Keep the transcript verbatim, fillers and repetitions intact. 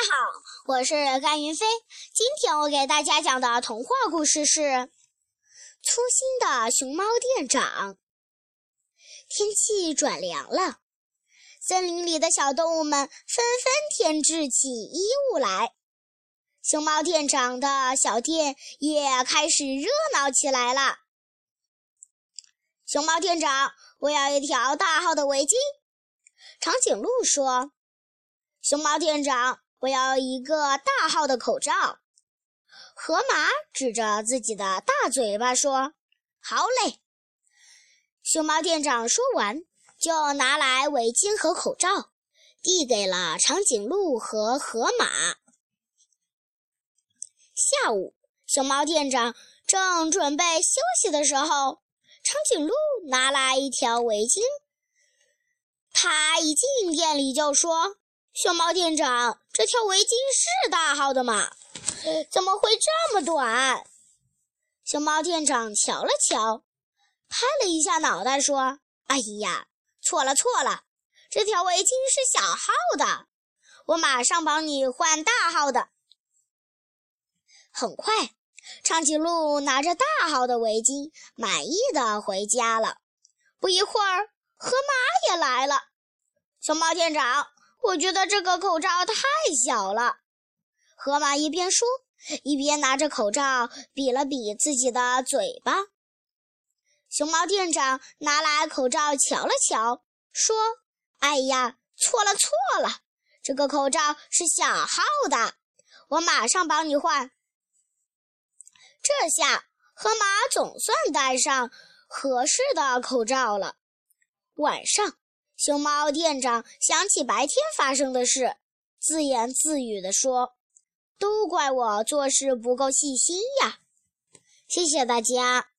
家好，我是甘云飞。今天我给大家讲的童话故事是《粗心的熊猫店长》。天气转凉了，森林里的小动物们纷纷添置起衣物来，熊猫店长的小店也开始热闹起来了。熊猫店长，我要一条大号的围巾。长颈鹿说。熊猫店长，我要一个大号的口罩。河马指着自己的大嘴巴说：好嘞。熊猫店长说完，就拿来围巾和口罩，递给了长颈鹿和河马。下午，熊猫店长正准备休息的时候，长颈鹿拿来一条围巾。他一进店里就说：熊猫店长，这条围巾是大号的吗？怎么会这么短？熊猫店长瞧了瞧，拍了一下脑袋说：哎呀，错了错了，这条围巾是小号的，我马上帮你换大号的。很快，长颈鹿拿着大号的围巾，满意的回家了。不一会儿，河马也来了。熊猫店长，我觉得这个口罩太小了。河马一边说，一边拿着口罩比了比自己的嘴巴。熊猫店长拿来口罩瞧了瞧，说：哎呀，错了错了，这个口罩是小号的，我马上帮你换。这下河马总算戴上合适的口罩了。晚上，熊猫店长想起白天发生的事，自言自语地说：都怪我做事不够细心呀。谢谢大家。